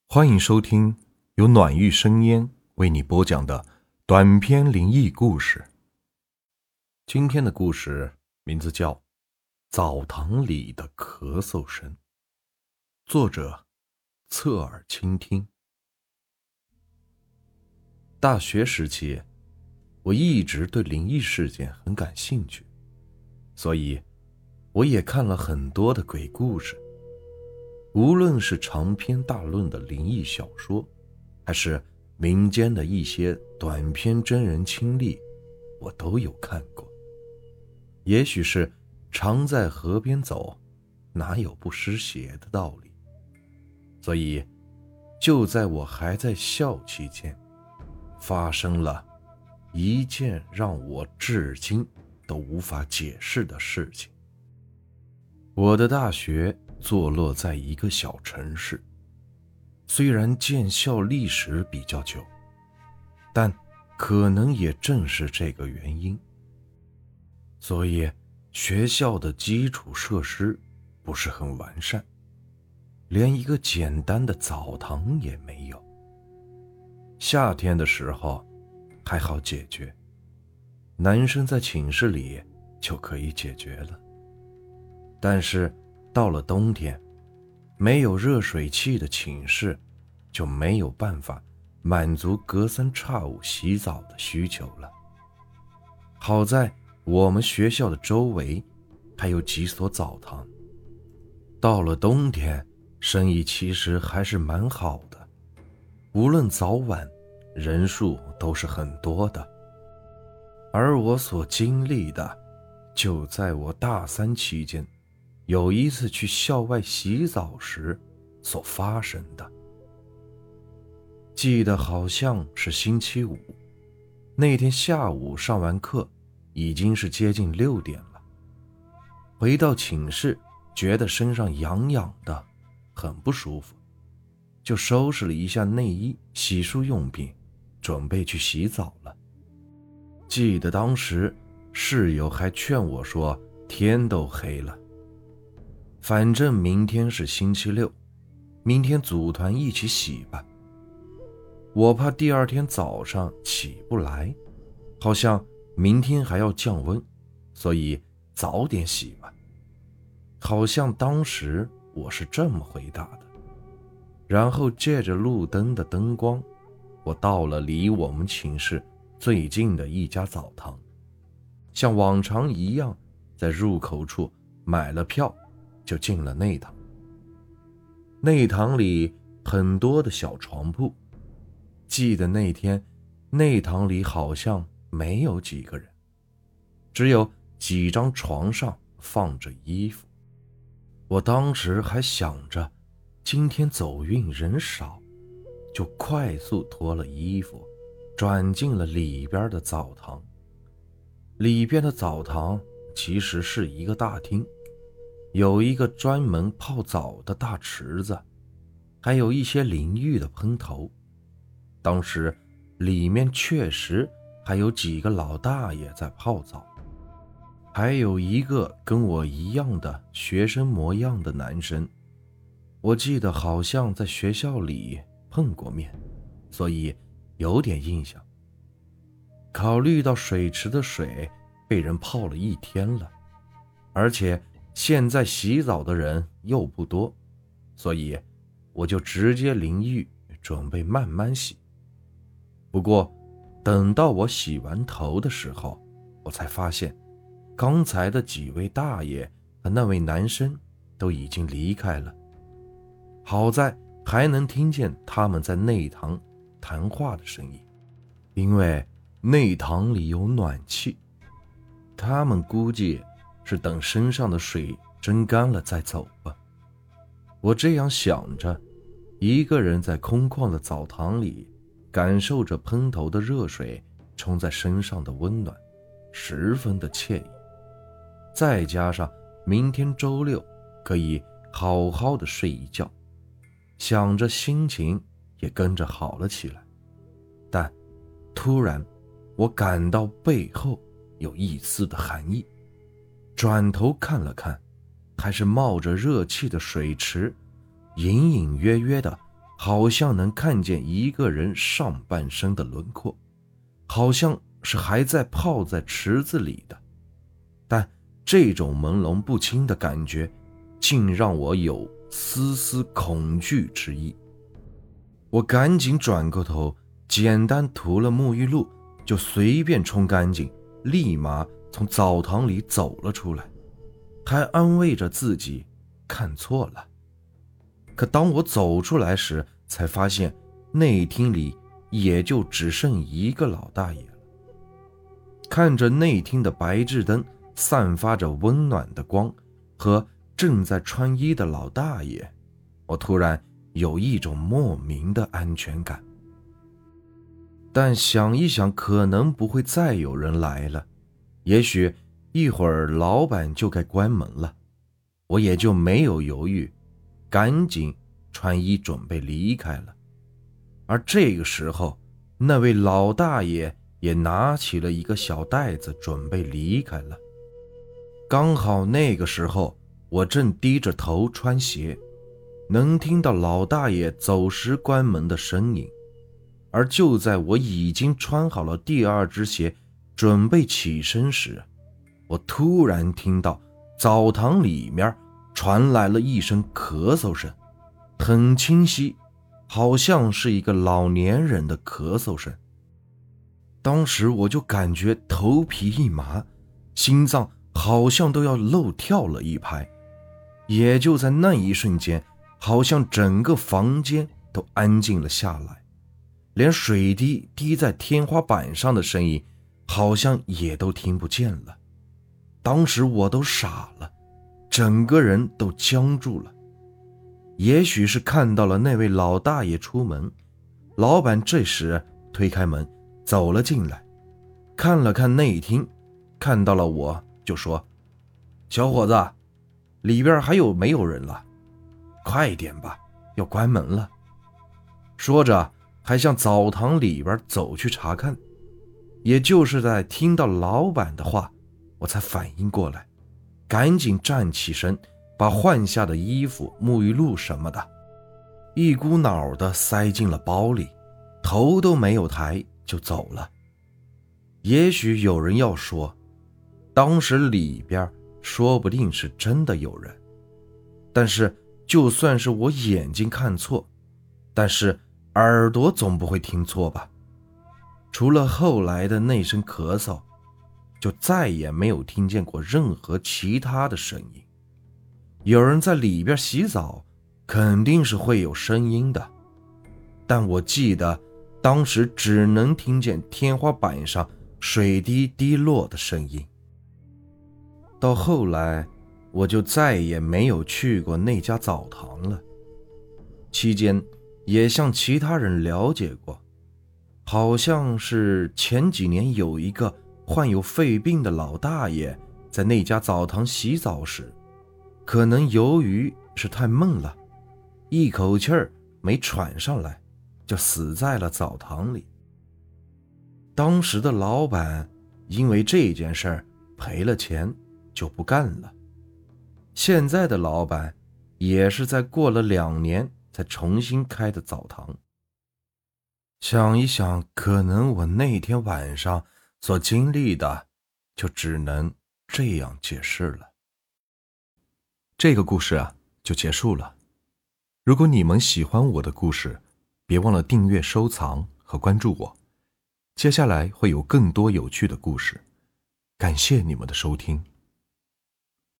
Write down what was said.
欢迎收听由暖玉生烟为你播讲的短篇灵异故事。今天的故事名字叫《澡堂里的咳嗽声》，作者侧耳倾听。大学时期，我一直对灵异事件很感兴趣，所以我也看了很多的鬼故事。无论是长篇大论的灵异小说，还是民间的一些短篇真人亲历，我都有看过。也许是常在河边走，哪有不湿鞋的道理。所以就在我还在校期间，发生了一件让我至今都无法解释的事情。我的大学坐落在一个小城市，虽然建校历史比较久，但可能也正是这个原因，所以学校的基础设施不是很完善，连一个简单的澡堂也没有。夏天的时候还好解决，男生在寝室里就可以解决了。但是到了冬天，没有热水器的寝室就没有办法满足隔三差五洗澡的需求了。好在我们学校的周围还有几所澡堂，到了冬天生意其实还是蛮好的，无论早晚人数都是很多的。而我所经历的就在我大三期间有一次去校外洗澡时所发生的。记得好像是星期五，那天下午上完课已经是接近6点了。回到寝室觉得身上痒痒的，很不舒服，就收拾了一下内衣洗漱用品，准备去洗澡了。记得当时室友还劝我说天都黑了，反正明天是星期六，明天组团一起洗吧。我怕第二天早上起不来，好像明天还要降温，所以早点洗吧。好像当时我是这么回答的。然后借着路灯的灯光，我到了离我们寝室最近的一家澡堂，像往常一样在入口处买了票就进了内堂。内堂里很多的小床铺，记得那天内堂里好像没有几个人，只有几张床上放着衣服。我当时还想着今天走运人少，就快速脱了衣服转进了里边的澡堂。里边的澡堂其实是一个大厅，有一个专门泡澡的大池子，还有一些淋浴的喷头。当时里面确实还有几个老大爷在泡澡，还有一个跟我一样的学生模样的男生，我记得好像在学校里碰过面，所以有点印象。考虑到水池的水被人泡了一天了，而且现在洗澡的人又不多，所以我就直接淋浴准备慢慢洗。不过等到我洗完头的时候，我才发现刚才的几位大爷和那位男生都已经离开了。好在还能听见他们在内堂谈话的声音，因为内堂里有暖气，他们估计是等身上的水蒸干了再走吧。我这样想着，一个人在空旷的澡堂里感受着喷头的热水冲在身上的温暖，十分的惬意。再加上明天周六可以好好的睡一觉，想着心情也跟着好了起来。但突然我感到背后有一丝的寒意，转头看了看，还是冒着热气的水池，隐隐约约的好像能看见一个人上半身的轮廓，好像是还在泡在池子里的，但这种朦胧不清的感觉竟让我有丝丝恐惧之意。我赶紧转过头，简单涂了沐浴露，就随便冲干净，立马从澡堂里走了出来，还安慰着自己看错了。可当我走出来时，才发现内厅里也就只剩一个老大爷了。看着内厅的白炽灯散发着温暖的光和正在穿衣的老大爷，我突然有一种莫名的安全感。但想一想，可能不会再有人来了，也许一会儿老板就该关门了，我也就没有犹豫，赶紧穿衣准备离开了。而这个时候，那位老大爷也拿起了一个小袋子准备离开了。刚好那个时候我正低着头穿鞋，能听到老大爷走时关门的声音。而就在我已经穿好了第二只鞋准备起身时，我突然听到澡堂里面传来了一声咳嗽声，很清晰，好像是一个老年人的咳嗽声。当时我就感觉头皮一麻，心脏好像都要漏跳了一拍。也就在那一瞬间，好像整个房间都安静了下来，连水滴滴在天花板上的声音好像也都听不见了。当时我都傻了，整个人都僵住了。也许是看到了那位老大爷出门，老板这时推开门走了进来，看了看内厅，看到了我就说：小伙子，里边还有没有人了？快点吧，要关门了。说着还向澡堂里边走去查看。也就是在听到老板的话，我才反应过来，赶紧站起身，把换下的衣服、沐浴露什么的一股脑的塞进了包里，头都没有抬就走了。也许有人要说，当时里边说不定是真的有人，但是就算是我眼睛看错，但是耳朵总不会听错吧。除了后来的那声咳嗽，就再也没有听见过任何其他的声音。有人在里边洗澡，肯定是会有声音的，但我记得当时只能听见天花板上水滴滴落的声音。到后来我就再也没有去过那家澡堂了，期间也向其他人了解过，好像是前几年有一个患有肺病的老大爷在那家澡堂洗澡时，可能由于是太闷了，一口气儿没喘上来，就死在了澡堂里。当时的老板因为这件事儿赔了钱就不干了，现在的老板也是在过了2年才重新开的澡堂。想一想，可能我那天晚上所经历的就只能这样解释了。 这个故事啊就结束了。如果你们喜欢我的故事，别忘了订阅、收藏和关注我，接下来会有更多有趣的故事。感谢你们的收听。